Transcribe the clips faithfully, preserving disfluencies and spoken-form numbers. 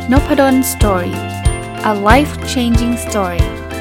Nopadon Story. A life-changing story.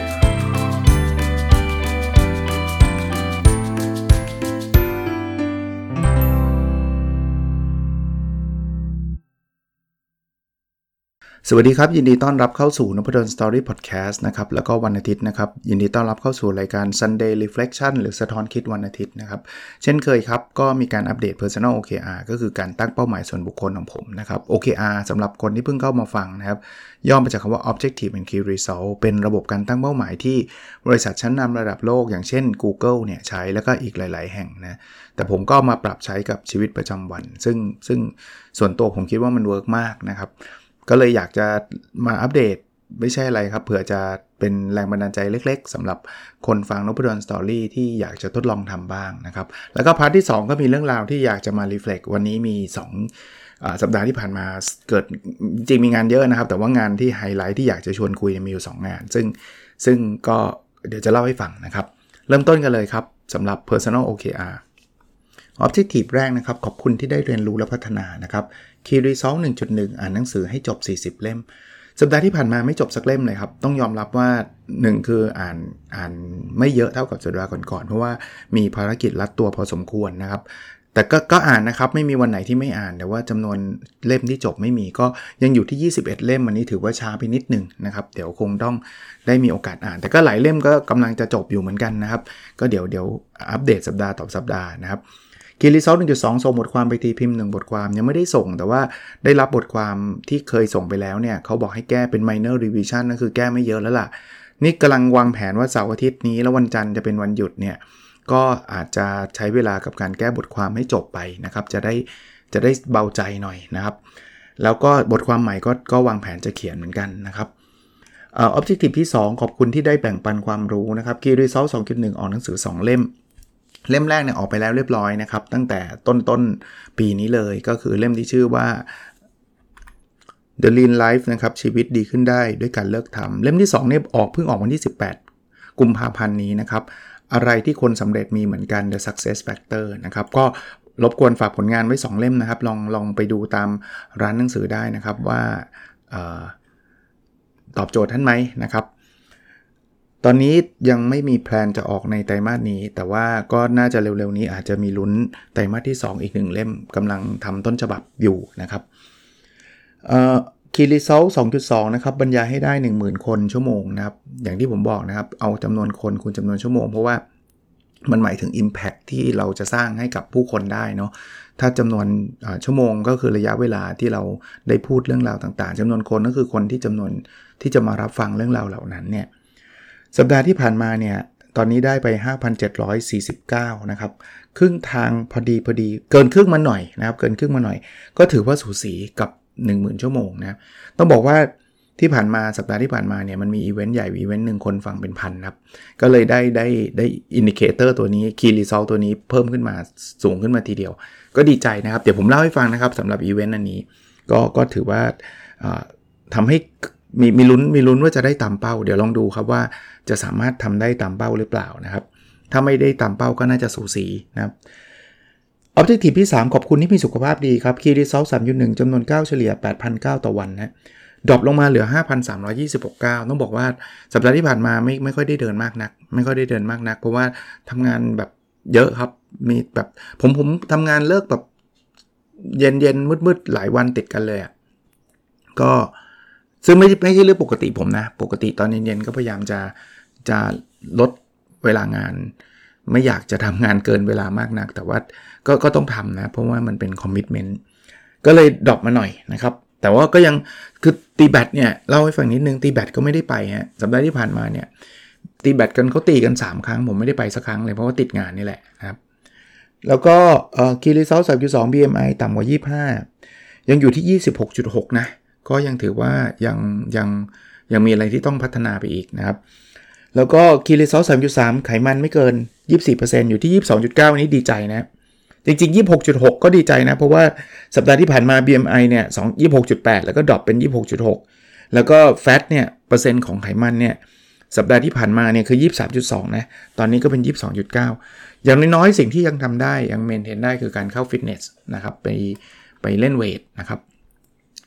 สวัสดีครับยินดีต้อนรับเข้าสู่ Nopadon Story Podcast นะครับแล้วก็วันอาทิตย์นะครับยินดีต้อนรับเข้าสู่รายการ Sunday Reflection หรือสะท้อนคิดวันอาทิตย์นะครับเช่นเคยครับก็มีการอัปเดต Personal โอ เค อาร์ ก็คือการตั้งเป้าหมายส่วนบุคคลของผมนะครับ โอ เค อาร์ สำหรับคนที่เพิ่งเข้ามาฟังนะครับย่อมาจากคำว่า Objective and Key Result เป็นระบบการตั้งเป้าหมายที่บริษัทชั้นนำระดับโลกอย่างเช่น Google เนี่ยใช้แล้วก็อีกหลายๆแห่งนะแต่ผมก็มาปรับใช้กับชีวิตประจำวันซึ่งซึ่งส่วนตัวผมคิดว่ามันเวิร์กมากนะครับก็เลยอยากจะมาอัปเดตไม่ใช่อะไรครับเผื่อจะเป็นแรงบันดาลใจเล็กๆสำหรับคนฟัง Nopadon Story ที่อยากจะทดลองทำบ้างนะครับแล้วก็พาร์ทที่สองก็มีเรื่องราวที่อยากจะมา reflect วันนี้มีสองอ่าสัปดาห์ที่ผ่านมาเกิดจริงมีงานเยอะนะครับแต่ว่างานที่ไฮไลท์ที่อยากจะชวนคุยมีอยู่สองงานซึ่งซึ่งก็เดี๋ยวจะเล่าให้ฟังนะครับเริ่มต้นกันเลยครับสำหรับ Personal โอ เค อาร์Objective แรกนะครับขอบคุณที่ได้เรียนรู้และพัฒนานะครับ Key Result หนึ่งจุดหนึ่ง อ่านหนังสือให้จบสี่สิบเล่มสัปดาห์ที่ผ่านมาไม่จบสักเล่มเลยครับต้องยอมรับว่าหนึ่งคืออ่านอ่านไม่เยอะเท่ากับสัปดาห์ก่อนๆเพราะว่ามีภารกิจรัดตัวพอสมควรนะครับแต่ก็ก็อ่านนะครับไม่มีวันไหนที่ไม่อ่านแต่ว่าจำนวนเล่มที่จบไม่มีก็ยังอยู่ที่ยี่สิบเอ็ดเล่มวันนี้ถือว่าช้าไปนิดนึงนะครับเดี๋ยวคงต้องได้มีโอกาสอ่านแต่ก็หลายเล่มก็กำลังจะจบอยู่เหมือนกันนะครับก็เดี๋ยวเดี๋ยวอัปเดตสัปดาห์ต่อสัปดาห์นะครับKey Result หนึ่งจุดสอง ส่งบทความไปตีพิมพ์หนึ่งบทความยังไม่ได้ส่งแต่ว่าได้รับบทความที่เคยส่งไปแล้วเนี่ยเขาบอกให้แก้เป็น minor revision นั่นคือแก้ไม่เยอะแล้วล่ะนี่กำลังวางแผนว่าเสาร์อาทิตย์นี้แล้ววันจันทร์จะเป็นวันหยุดเนี่ยก็อาจจะใช้เวลากับการแก้บทความให้จบไปนะครับจะได้จะได้เบาใจหน่อยนะครับแล้วก็บทความใหม่ก็ก็วางแผนจะเขียนเหมือนกันนะครับเอ่อ Objective ที่สองขอบคุณที่ได้แบ่งปันความรู้นะครับ Key Result สองจุดหนึ่ง ออกหนังสือสองเล่มเล่มแรกเนี่ยออกไปแล้วเรียบร้อยนะครับตั้งแต่ต้นต้นปีนี้เลยก็คือเล่มที่ชื่อว่า The Lean Life นะครับชีวิตดีขึ้นได้ด้วยการเลิกทำเล่มที่สองเนี่ยออกเพิ่งออกวันที่สิบแปดกุมภาพันธ์นี้นะครับอะไรที่คนสำเร็จมีเหมือนกัน The Success Factor นะครับก็รบกวนฝากผลงานไว้สองเล่มนะครับลองลองไปดูตามร้านหนังสือได้นะครับว่าออตอบโจทย์ท่านไหมนะครับตอนนี้ยังไม่มีแพลนจะออกในไตรมาสนี้แต่ว่าก็น่าจะเร็วๆนี้อาจจะมีลุ้นไตรมาสที่สองอีกหนึ่งเล่มกำลังทำต้นฉบับอยู่นะครับเอ่อ Key Result สองจุดสอง นะครับบรรยายให้ได้ หนึ่งหมื่น คนชั่วโมงนะครับอย่างที่ผมบอกนะครับเอาจำนวนคนคูณจำนวนชั่วโมงเพราะว่ามันหมายถึง impact ที่เราจะสร้างให้กับผู้คนได้เนาะถ้าจำนวนชั่วโมงก็คือระยะเวลาที่เราได้พูดเรื่องราวต่างๆจำนวนคนก็คือคนที่จำนวนที่จะมารับฟังเรื่องราวเหล่านั้นเนี่ยสัปดาห์ที่ผ่านมาเนี่ยตอนนี้ได้ไป ห้าพันเจ็ดร้อยสี่สิบเก้า นะครับครึ่งทางพอดีพอดีเกินครึ่งมาหน่อยนะครับเกินครึ่งมาหน่อยก็ถือว่าสูสีกับ หนึ่งหมื่น ชั่วโมงนะต้องบอกว่าที่ผ่านมาสัปดาห์ที่ผ่านมาเนี่ยมันมีอีเวนต์ใหญ่อีเวนต์นึงคนฟังเป็นพันครับก็เลยได้ได้ได้อินดิเคเตอร์ตัวนี้ Key Result ตัวนี้เพิ่มขึ้นมาสูงขึ้นมาทีเดียวก็ดีใจนะครับเดี๋ยวผมเล่าให้ฟังนะครับสำหรับอีเวนต์อันนี้ก็ก็ถือว่าทำให้มีมีลุ้นมีลุ้นว่าจะได้ตามเป้าเดี๋ยวลองดูครับว่าจะสามารถทำได้ตามเป้าหรือเปล่านะครับถ้าไม่ได้ตามเป้าก็น่าจะสูสีนะครับ Objective ที่สามขอบคุณที่มีสุขภาพดีครับ Key Result สามจุดหนึ่ง จำนวนก้าวเฉลี่ย แปดพันเก้า ต่อวันนะดรอปลงมาเหลือ ห้าพันสามร้อยยี่สิบหก ก้าวต้องบอกว่าสัปดาห์ที่ผ่านมาไม่ไม่ค่อยได้เดินมากนักไม่ค่อยได้เดินมากนักเพราะว่าทำงานแบบเยอะครับมีแบบผมผมทำงานเลิกแบบเย็นเย็นมืดมืดหลายวันติดกันเลยอ่ะก็ซึ่งไม่ไม่ใช่เรื่องปกติผมนะปกติตอนเย็นๆก็พยายามจะจะลดเวลางานไม่อยากจะทำงานเกินเวลามากนักแต่ว่าก็ก็ต้องทำนะเพราะว่ามันเป็นคอมมิตเมนต์ก็เลยดรอปมาหน่อยนะครับแต่ว่าก็ยังคือตีแบตเนี่ยเล่าให้ฟังนิดนึงตีแบตก็ไม่ได้ไปฮะสัปดาห์ที่ผ่านมาเนี่ยตีแบตกันเขาตีกันสามครั้งผมไม่ได้ไปสักครั้งเลยเพราะว่าติดงานนี่แหละนะครับแล้วก็เอ่อ Key Result สามจุดสอง บี เอ็ม ไอ ต่ำกว่ายี่สิบห้ายังอยู่ที่ ยี่สิบหกจุดหก นะก็ยังถือว่ายังยังยังมีอะไรที่ต้องพัฒนาไปอีกนะครับแล้วก็ Key Result สามจุดสาม ไขมันไม่เกิน ยี่สิบสี่เปอร์เซ็นต์ อยู่ที่ ยี่สิบสองจุดเก้า นี้ดีใจนะจริงๆ ยี่สิบหกจุดหก ก็ดีใจนะเพราะว่าสัปดาห์ที่ผ่านมา บี เอ็ม ไอ เนี่ยสอง ยี่สิบหกจุดแปด แล้วก็ดรอปเป็น ยี่สิบหกจุดหก แล้วก็ Fat เนี่ยเปอร์เซ็นต์ของไขมันเนี่ยสัปดาห์ที่ผ่านมาเนี่ยคือ ยี่สิบสามจุดสอง นะตอนนี้ก็เป็น ยี่สิบสองจุดเก้า อย่างน้อยๆสิ่งที่ยังทำได้ยังเมนเทนได้คือการเข้าฟิตเนสนะครับไปไปเล่นเวทนะครับ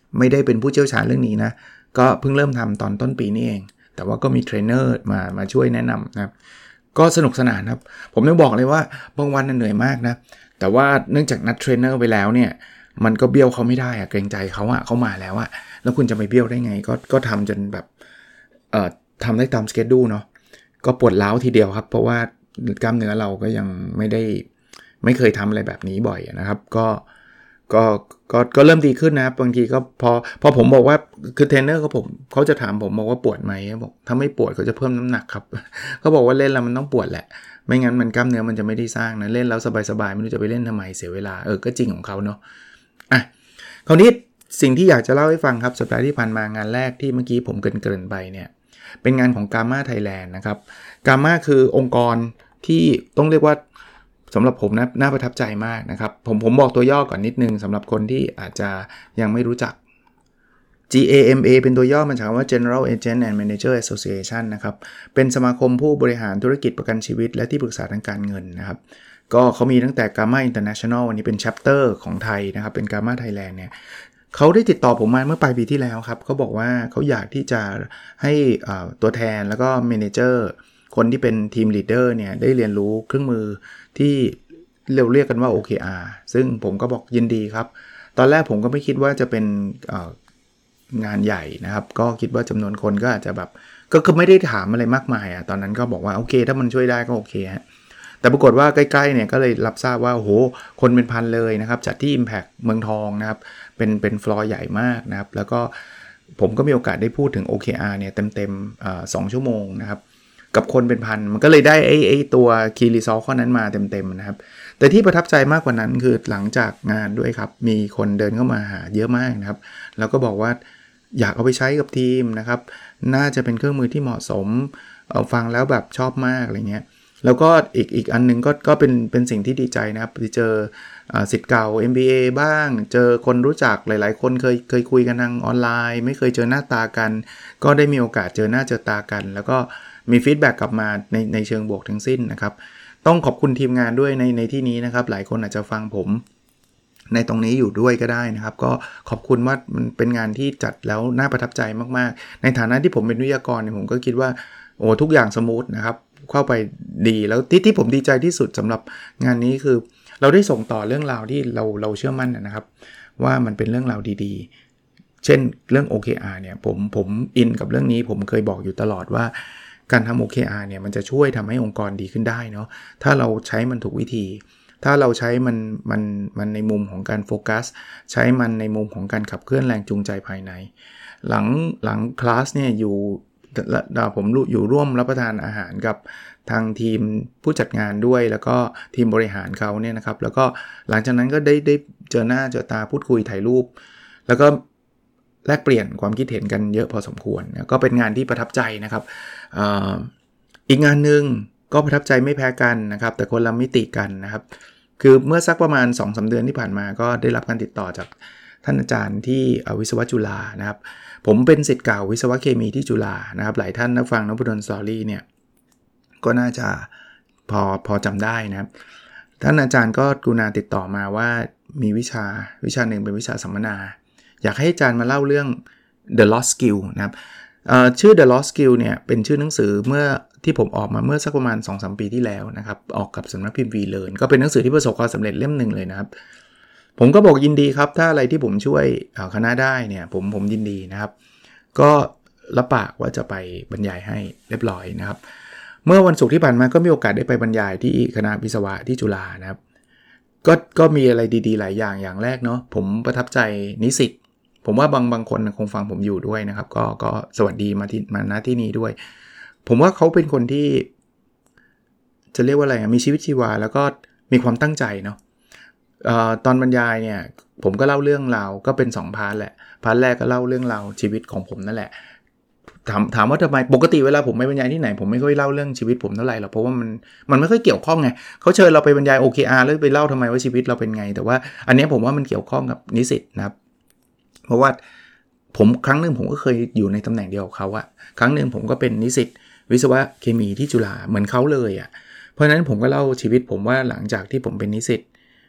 ไม่ได้เป็นผู้เชี่ยวชาญเรื่องนี้นะก็เพิ่งเริ่มทำตอนต้นปีนี้เองแต่ว่าก็มีเทรนเนอร์มามาช่วยแนะนำนะครับก็สนุกสนานครับผมต้องบอกเลยว่าบางวันเหนื่อยมากนะแต่ว่าเนื่องจากนัดเทรนเนอร์ไปแล้วเนี่ยมันก็เบี้ยวเขาไม่ได้อะเกรงใจเขาอะเขามาแล้วอะแล้วคุณจะไปเบี้ยวได้ไงก็ก็ทำจนแบบเอ่อทำได้ตามสเกดูเนาะก็ปวดร้าวทีเดียวครับเพราะว่ากล้ามเนื้อเราก็ยังไม่ได้ไม่เคยทำอะไรแบบนี้บ่อยนะครับก็ก็ก็ก็เริ่มดีขึ้นนะครับบางทีก็พอพอผมบอกว่าคือเทรนเนอร์เขาผมเขาจะถามผมบอกว่าปวดไหมบอกถ้าไม่ปวดเขาจะเพิ่มน้ำหนักครับ เขาบอกว่าเล่นแล้วมันต้องปวดแหละไม่งั้นมันกล้ามเนื้อมันจะไม่ได้สร้างนะเล่นแล้วสบายๆไม่รู้จะไปเล่นทำไมเสียเวลาเออก็จริงของเขาเนาะอ่ะคราวนี้สิ่งที่อยากจะเล่าให้ฟังครับสัปดาห์ที่ผ่านมางานแรกที่เมื่อกี้ผมเกริ่นๆไปเนี่ยเป็นงานของ Gamma Thailand นะครับ Gamma คือองค์กรที่ต้องเรียกว่าสำหรับผมนะน่าประทับใจมากนะครับผมผมบอกตัวย่อก่อนนิดนึงสำหรับคนที่อาจจะยังไม่รู้จัก จี เอ เอ็ม เอ เป็นตัวย่อมาจากคำว่า General Agent and Manager Association นะครับเป็นสมาคมผู้บริหารธุรกิจประกันชีวิตและที่ปรึกษาทางการเงินนะครับก็เขามีตั้งแต่ Gamma International วันนี้เป็น chapter ของไทยนะครับเป็น Gamma Thailand เนี่ยเขาได้ติดต่อผมมาเมื่อปลายปีที่แล้วครับเขาบอกว่าเขาอยากที่จะให้ตัวแทนแล้วก็ Manager คนที่เป็นทีมลีดเดอร์เนี่ยได้เรียนรู้เครื่องมือที่เราเรียกกันว่า โอ เค อาร์ ซึ่งผมก็บอกยินดีครับตอนแรกผมก็ไม่คิดว่าจะเป็นงานใหญ่นะครับก็คิดว่าจำนวนคนก็อาจจะแบบก็คือไม่ได้ถามอะไรมากมายอ่ะตอนนั้นก็บอกว่าโอเคถ้ามันช่วยได้ก็โอเคฮะแต่ปรากฏว่าใกล้ๆเนี่ยก็เลยรับทราบว่าโอ้โหคนเป็นพันเลยนะครับจัดที่ Impact เมืองทองนะครับเป็นเป็นฟลอร์ใหญ่มากนะครับแล้วก็ผมก็มีโอกาสได้พูดถึง โอ เค อาร์ เนี่ยเต็มๆอ่าสองชั่วโมงนะครับกับคนเป็นพันมันก็เลยได้ไอ้ไอ้ตัว Key Result ข้อนั้นมาเต็มๆนะครับแต่ที่ประทับใจมากกว่านั้นคือหลังจากงานด้วยครับมีคนเดินเข้ามาหาเยอะมากนะครับแล้วก็บอกว่าอยากเอาไปใช้กับทีมนะครับน่าจะเป็นเครื่องมือที่เหมาะสมเอาฟังแล้วแบบชอบมากอะไรเงี้ยแล้วก็อีกอีกอันนึงก็ก็เป็นเป็นสิ่งที่ดีใจนะครับไปเจอศิษย์เก่า เอ็ม บี เอ บ้างเจอคนรู้จักหลายๆคนเคยเคยคุยกันทางออนไลน์ไม่เคยเจอหน้าตากันก็ได้มีโอกาสเจอหน้าเจอตากันแล้วก็มีฟีดแบ็กกลับมาในในเชิงบวกทั้งสิ้นนะครับต้องขอบคุณทีมงานด้วยในในที่นี้นะครับหลายคนอาจจะฟังผมในตรงนี้อยู่ด้วยก็ได้นะครับก็ขอบคุณว่ามันเป็นงานที่จัดแล้วน่าประทับใจมากๆในฐานะที่ผมเป็นวิทยากรเนี่ยผมก็คิดว่าโอ้ทุกอย่างสมูทนะครับเข้าไปดีแล้วที่ที่ผมดีใจที่สุดสำหรับงานนี้คือเราได้ส่งต่อเรื่องราวที่เราเราเชื่อมั่นนะครับว่ามันเป็นเรื่องราวดีๆเช่นเรื่อง โอ เค อาร์ เนี่ยผมผมอินกับเรื่องนี้ผมเคยบอกอยู่ตลอดว่าการทำ โอ เค อาร์ เนี่ยมันจะช่วยทำให้องค์กรดีขึ้นได้เนาะถ้าเราใช้มันถูกวิธีถ้าเราใช้มันมันมันในมุมของการโฟกัสใช้มันในมุมของการขับเคลื่อนแรงจูงใจภายในหลังหลังคลาสเนี่ยอยู่ผมอยู่ร่วมรับประทานอาหารกับทางทีมผู้จัดงานด้วยแล้วก็ทีมบริหารเขาเนี่ยนะครับแล้วก็หลังจากนั้นก็ได้ได้เจอหน้าเจอตาพูดคุยถ่ายรูปแล้วก็แลกเปลี่ยนความคิดเห็นกันเยอะพอสมควรก็เป็นงานที่ประทับใจนะครับ อ, อีกงานนึงก็ประทับใจไม่แพ้กันนะครับแต่คนละมิติกันนะครับคือเมื่อสักประมาณ สองถึงสาม เดือนที่ผ่านมาก็ได้รับการติดต่อจากท่านอาจารย์ที่วิศวะจุฬานะครับผมเป็นศิษย์เก่าวิศวะเคมีที่จุฬานะครับหลายท่านนักฟังนพดลสตอรี่เนี่ยก็น่าจะพอพอจำได้นะครับท่านอาจารย์ก็กรุณาติดต่อมาว่ามีวิชาวิชาหนึ่งเป็นวิชาสัมมนาอยากให้อาจารย์มาเล่าเรื่อง The Lost Skill นะครับชื่อ The Lost Skill เนี่ยเป็นชื่อหนังสือเมื่อที่ผมออกมาเมื่อสักประมาณ สองถึงสาม ปีที่แล้วนะครับออกกับสำนักพิมพ์ VLearn ก็เป็นหนังสือที่ประสบความสำเร็จเล่มหนึ่งเลยนะครับผมก็บอกยินดีครับถ้าอะไรที่ผมช่วยคณะได้เนี่ยผมผมยินดีนะครับก็รับปากว่าจะไปบรรยายให้เรียบร้อยนะครับเมื่อวันศุกร์ที่ผ่านมาก็มีโอกาสได้ไปบรรยายที่คณะวิศวะที่จุฬานะครับก็ก็มีอะไรดีๆหลายอย่างอย่างแรกเนาะผมประทับใจนิสิตผมว่าบางบางคนคงฟังผมอยู่ด้วยนะครับก็ก็สวัสดีมาที่มาณที่นี้ด้วยผมว่าเขาเป็นคนที่จะเรียกว่าอะไรมีชีวิตชีวาแล้วก็มีความตั้งใจเนาะเอ่อตอนบรรยายเนี่ยผมก็เล่าเรื่องราวก็เป็นสองพาร์ทแหละพาร์ทแรกก็เล่าเรื่องราวชีวิตของผมนั่นแหละถามถามว่าทำไมปกติเวลาผมไปบรรยายที่ไหนผมไม่ค่อยเล่าเรื่องชีวิตผมเท่าไหร่หรอกเพราะว่ามันมันไม่ค่อยเกี่ยวข้องไงเขาเชิญเราไปบรรยาย โอ เค อาร์ แล้วไปเล่าทำไมว่าชีวิตเราเป็นไงแต่ว่าอันนี้ผมว่ามันเกี่ยวข้องกับนิสิตนะครับเพราะว่าผมครั้งนึงผมก็เคยอยู่ในตำแหน่งเดียวกับเขาอะครั้งนึงผมก็เป็นนิสิตวิศวะเคมีที่จุฬาเหมือนเขาเลยอะเพราะฉะนั้นผมก็เล่าชีวิตผมว่าหลังจากที่ผมเป็นนิสิต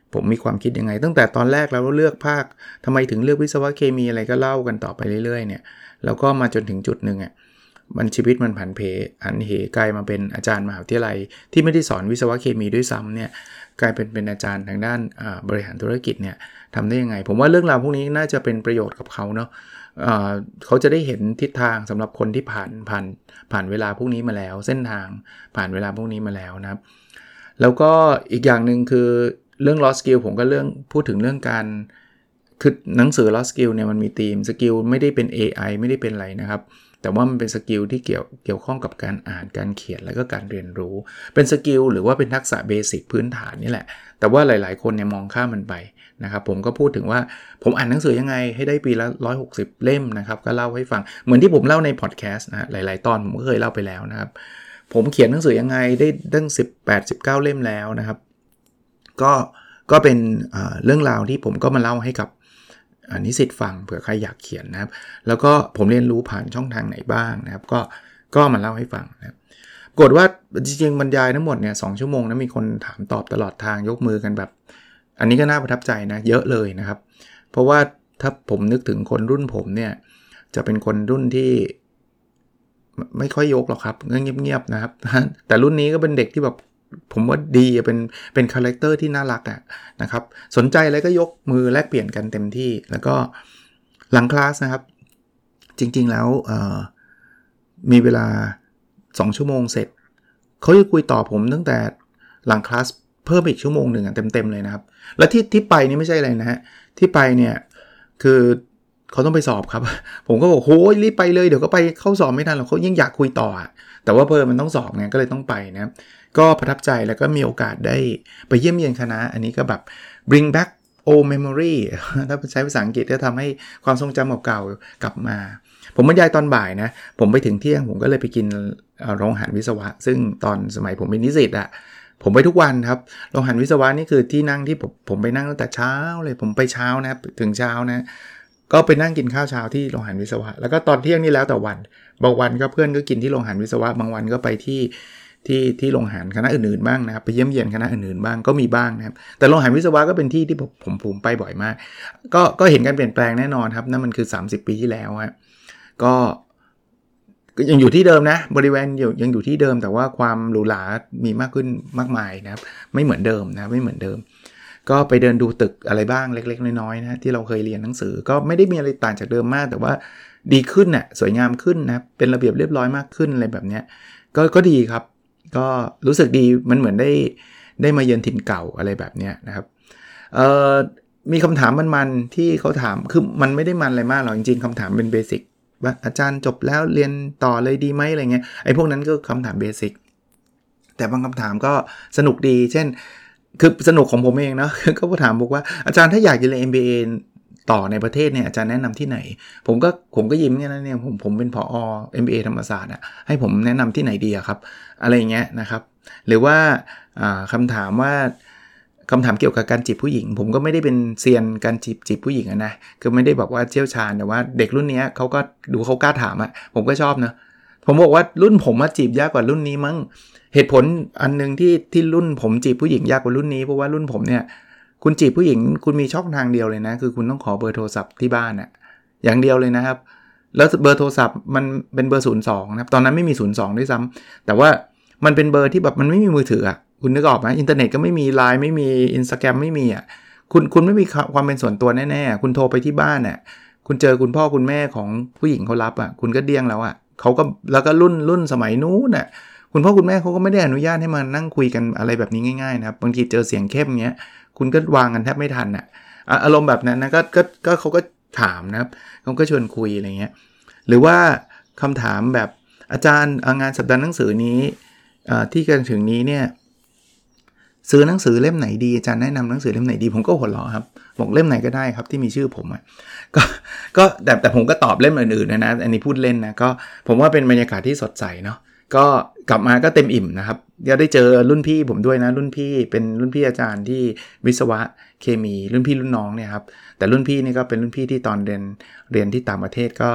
ผมมีความคิดยังไงตั้งแต่ตอนแรกแล้วเลือกภาคทำไมถึงเลือกวิศวะเคมีอะไรก็เล่ากันต่อไปเรื่อยๆเนี่ยแล้วก็มาจนถึงจุดนึงอ่ะมันชีวิตมันผันเพหันเหกลายมาเป็นอาจารย์มหาวิทยาลัยที่ไม่ได้สอนวิศวะเคมีด้วยซ้ำเนี่ยกลายเป็นเป็นอาจารย์ทางด้านบริหารธุรกิจเนี่ยทำได้ยังไงผมว่าเรื่องราวพวกนี้น่าจะเป็นประโยชน์กับเขาเนาะเขาจะได้เห็นทิศทางสำหรับคนที่ผ่านผ่านผ่านเวลาพวกนี้มาแล้วเส้นทางผ่านเวลาพวกนี้มาแล้วนะครับแล้วก็อีกอย่างนึงคือเรื่อง lost skill ผมก็เรื่องพูดถึงเรื่องการคือหนังสือ lost skill เนี่ยมันมีธีมสกิลไม่ได้เป็น เอ ไอ ไม่ได้เป็นอะไรนะครับแต่ว่ามันเป็นสกิลที่เกี่ยวเกี่ยวข้องกับการอ่านการเขียนแล้วก็การเรียนรู้เป็นสกิลหรือว่าเป็นทักษะเบสิกพื้นฐานนี่แหละแต่ว่าหลายๆคนเนี่ยมองข้ามมันไปนะครับผมก็พูดถึงว่าผมอ่านหนังสือยังไงให้ได้ปีละหนึ่งร้อยหกสิบเล่มนะครับก็เล่าให้ฟังเหมือนที่ผมเล่าในพอดแคสต์นะหลายๆตอนผมก็เคยเล่าไปแล้วนะครับผมเขียนหนังสือยังไงได้ตั้งสิบแปด สิบเก้าเล่มแล้วนะครับก็ก็เป็นเรื่องราวที่ผมก็มาเล่าให้กับนิสิตฟังเผื่อใครอยากเขียนนะครับแล้วก็ผมเรียนรู้ผ่านช่องทางไหนบ้างนะครับก็ก็มาเล่าให้ฟังนะครับกดว่าจริงๆบรรยายทั้งหมดเนี่ยสองชั่วโมงนะมีคนถามตอบตลอดทางยกมือกันแบบอันนี้ก็น่าประทับใจนะเยอะเลยนะครับเพราะว่าถ้าผมนึกถึงคนรุ่นผมเนี่ยจะเป็นคนรุ่นที่ไม่ค่อยยกหรอกครับเงียบๆนะครับแต่รุ่นนี้ก็เป็นเด็กที่แบบผมว่าดีเป็นเป็นคาแรคเตอร์ที่น่ารักอ่ะนะครับสนใจอะไรก็ยกมือแลกเปลี่ยนกันเต็มที่แล้วก็หลังคลาสนะครับจริงๆแล้วมีเวลาสองชั่วโมงเสร็จเขาจะคุยต่อผมตั้งแต่หลังคลาสเพิ่มอีกชั่วโมงหนึ่งอ่ะเต็มๆเลยนะครับและที่ที่ไปนี่ไม่ใช่อะไรนะฮะที่ไปเนี่ยคือเขาต้องไปสอบครับผมก็บอกโหรีบไปเลยเดี๋ยวก็ไปเข้าสอบไม่ทันหรอกเขายิ่งอยากคุยต่อแต่ว่าเพิ่มมันต้องสอบไงก็เลยต้องไปนะก็ประทับใจแล้วก็มีโอกาสได้ไปเยี่ยมเยียนคณะอันนี้ก็แบบ bring back old memory ถ้าใช้ภาษาอังกฤษก็ทำให้ความทรงจำเก่าๆกลับมาผมบรรยายตอนบ่ายนะผมไปถึงเที่ยงผมก็เลยไปกินโรงอาหารวิศวะซึ่งตอนสมัยผมเป็นนิสิตอะผมไปทุกวันครับโรงอาหารวิศวะนี่คือที่นั่งที่ผมผมไปนั่งตั้งแต่เช้าเลยผมไปเช้านะถึงเช้านะก็ไปนั่งกินข้าวเช้าที่โรงอาหารวิศวะแล้วก็ตอนเที่ยงนี่แล้วแต่วันบางวันก็เพื่อนก็กินที่โรงอาหารวิศวะบางวันก็ไปที่ที่ที่โรงอาหารคณะอื่นๆบ้างนะครับไปเยี่ยมเยียนคณะอื่นๆบ้างก็มีบ้างนะครับแต่โรงอาหารวิศวะก็เป็นที่ที่ผมผมผมไปบ่อยมากก็ก็เห็นการเปลี่ยนแปลงแน่นอนครับนั่นมันคือสามสิบปีที่แล้วฮะก็ยังอยู่ที่เดิมนะบริเวณยังอยู่ที่เดิมแต่ว่าความหรูหรามีมากขึ้นมากมายนะครับไม่เหมือนเดิมนะไม่เหมือนเดิมก็ไปเดินดูตึกอะไรบ้างเล็กๆน้อยๆนะที่เราเคยเรียนหนังสือก็ไม่ได้มีอะไรต่างจากเดิมมากแต่ว่าดีขึ้นน่ะสวยงามขึ้นนะเป็นระเบียบเรียบร้อยมากขึ้นอะไรแบบนี้ก็ก็ดีครับก็รู้สึกดีมันเหมือนได้ได้มาเยือนถิ่นเก่าอะไรแบบนี้นะครับเอ่อมีคำถามมันๆที่เขาถามคือมันไม่ได้มันอะไรมากหรอกจริงๆคำถามเป็นเบสิกว่าอาจารย์จบแล้วเรียนต่อเลยดีไหมอะไรเงี้ยไอ้พวกนั้นก็คำถามเบสิกแต่บางคำถามก็สนุกดีเช่นคือสนุกของผมเองเนาะก็ถามบอกว่าอาจารย์ถ้าอยากจะเรียน เอ็ม บี เอ ต่อในประเทศเนี่ยอาจารย์แนะนำที่ไหนผมก็ผมก็ยิ้มเนี่ยนะเนี่ยผมผมเป็นผอ เอ็ม บี เอ ธรรมศาสตร์อ่ะให้ผมแนะนำที่ไหนดีอะครับอะไรเงี้ยนะครับหรือว่าคำถามว่าคำถามเกี่ยวกับการจีบผู้หญิงผมก็ไม่ได้เป็นเซียนการจีบจีบผู้หญิงนะคือไม่ได้บอกว่าเชี่ยวชาญแต่ว่าเด็กรุ่นนี้เขาก็ดูเขากล้าถามอ่ะผมก็ชอบนะผมบอกว่ารุ่นผมมาจีบยากกว่ารุ่นนี้มั้งเหตุผลอันนึงที่ที่รุ่นผมจีบผู้หญิงยากกว่ารุ่นนี้เพราะว่ารุ่นผมเนี่ยคุณจีบผู้หญิงคุณมีช่องทางเดียวเลยนะคือคุณต้องขอเบอร์โทรศัพท์ที่บ้านอ่ะอย่างเดียวเลยนะครับแล้วเบอร์โทรศัพท์มันเป็นเบอร์ศูนย์สองนะครับตอนนั้นไม่มีศูนย์สองด้วยซ้ำแต่ว่ามันเป็นเบอร์ที่แบบมันไม่มีมือถืออ่ะคุณนึกออกไหมอินเทอร์เน็ตก็ไม่มี ไลน์ ไม่มี Instagram ไม่มีอ่ะคุณคุณไม่มีความเป็นส่วนตัวแน่ๆคุณโทรไปที่บ้านน่ะคุณเจอคุณพ่อคุณแม่ของผู้หญิงเขารับอ่ะคุณก็เดี้ยงแล้วอ่ะเขาก็แล้วก็รุ่นรุ่นสมัยนู้นน่ะคุณพ่อคุณแม่เขาก็ไม่ได้อนุญาตให้มานั่งคุยกันอะไรแบบนี้ง่ายๆนะครับบางทีเจอเสียงเข้มเงี้ยคุณก็วางกันแทบไม่ทันอ่ะอารมณ์แบบนั้นนะก็ก็ก็เขาก็ถามนะครับเขาก็ชวนคุยอะไรเงี้ยหรือว่าคำถามแบบอาจารย์งานสัปดาห์หนังสือนี้ที่กันถึงนี้เนี่ยซื้อหนังสือเล่มไหนดีอาจารย์แนะนำหนังสือเล่มไหนดีผมก็หัวเราะครับบอกเล่มไหนก็ได้ครับที่มีชื่อผมอ่ะก็ก็แต่แต่ผมก็ตอบเล่มอื่นๆนะนะอันนี้พูดเล่นนะก็ผมว่าเป็นบรรยากาศที่สดใสเนาะก็กลับมาก็เต็มอิ่มนะครับเดี๋ยวได้เจอรุ่นพี่ผมด้วยนะรุ่นพี่เป็นรุ่นพี่อาจารย์ที่วิศวะเคมีรุ่นพี่รุ่นน้องเนี่ยครับแต่รุ่นพี่นี่ก็เป็นรุ่นพี่ที่ตอนเรียนเรียนที่ต่างประเทศก็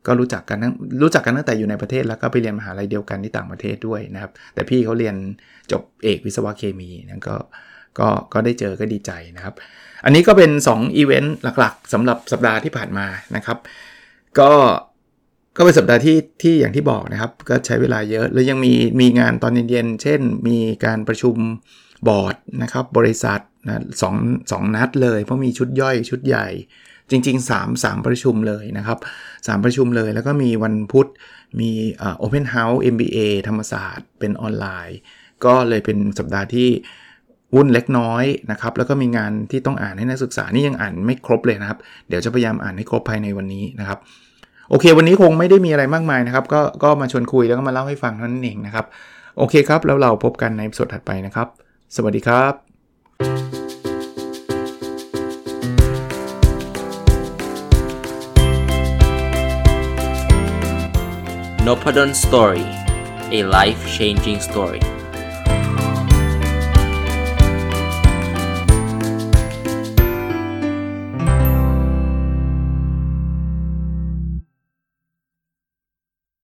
ก็รู้จักกันรู้จักกันตั้งแต่อยู่ในประเทศแล้วก็ไปเรียนมหาลัยเดียวกันที่ต่างประเทศด้วยนะครับแต่พี่เขาเรียนจบเอกวิศวะเคมีนั่นก็ก็ก็ได้เจอก็ดีใจนะครับอันนี้ก็เป็นสองอีเวนต์หลักๆสำหรับสัปดาห์ที่ผ่านมานะครับก็ก็เป็นสัปดาห์ที่ที่อย่างที่บอกนะครับก็ใช้เวลาเยอะแล้วยังมีมีงานตอนเย็นๆเช่นมีการประชุมบอร์ดนะครับบริษัทนะสอง สองนัดเลยเพราะมีชุดย่อยชุดใหญ่จริงๆ3 3ประชุมเลยนะครับสามประชุมเลยแล้วก็มีวันพุธมีเอ่อ Open House เอ็ม บี เอ ธรรมศาสตร์เป็นออนไลน์ก็เลยเป็นสัปดาห์ที่วุ่นเล็กน้อยนะครับแล้วก็มีงานที่ต้องอ่านให้นักศึกษานี่ยังอ่านไม่ครบเลยนะครับเดี๋ยวจะพยายามอ่านให้ครบภายในวันนี้นะครับโอเควันนี้คงไม่ได้มีอะไรมากมายนะครับก็ก็มาชวนคุยแล้วก็มาเล่าให้ฟังเท่านั้นเองนะครับโอเคครับแล้วเราพบกันในสดถัดไปนะครับสวัสดีครับ Nopadon Story, a life-changing story.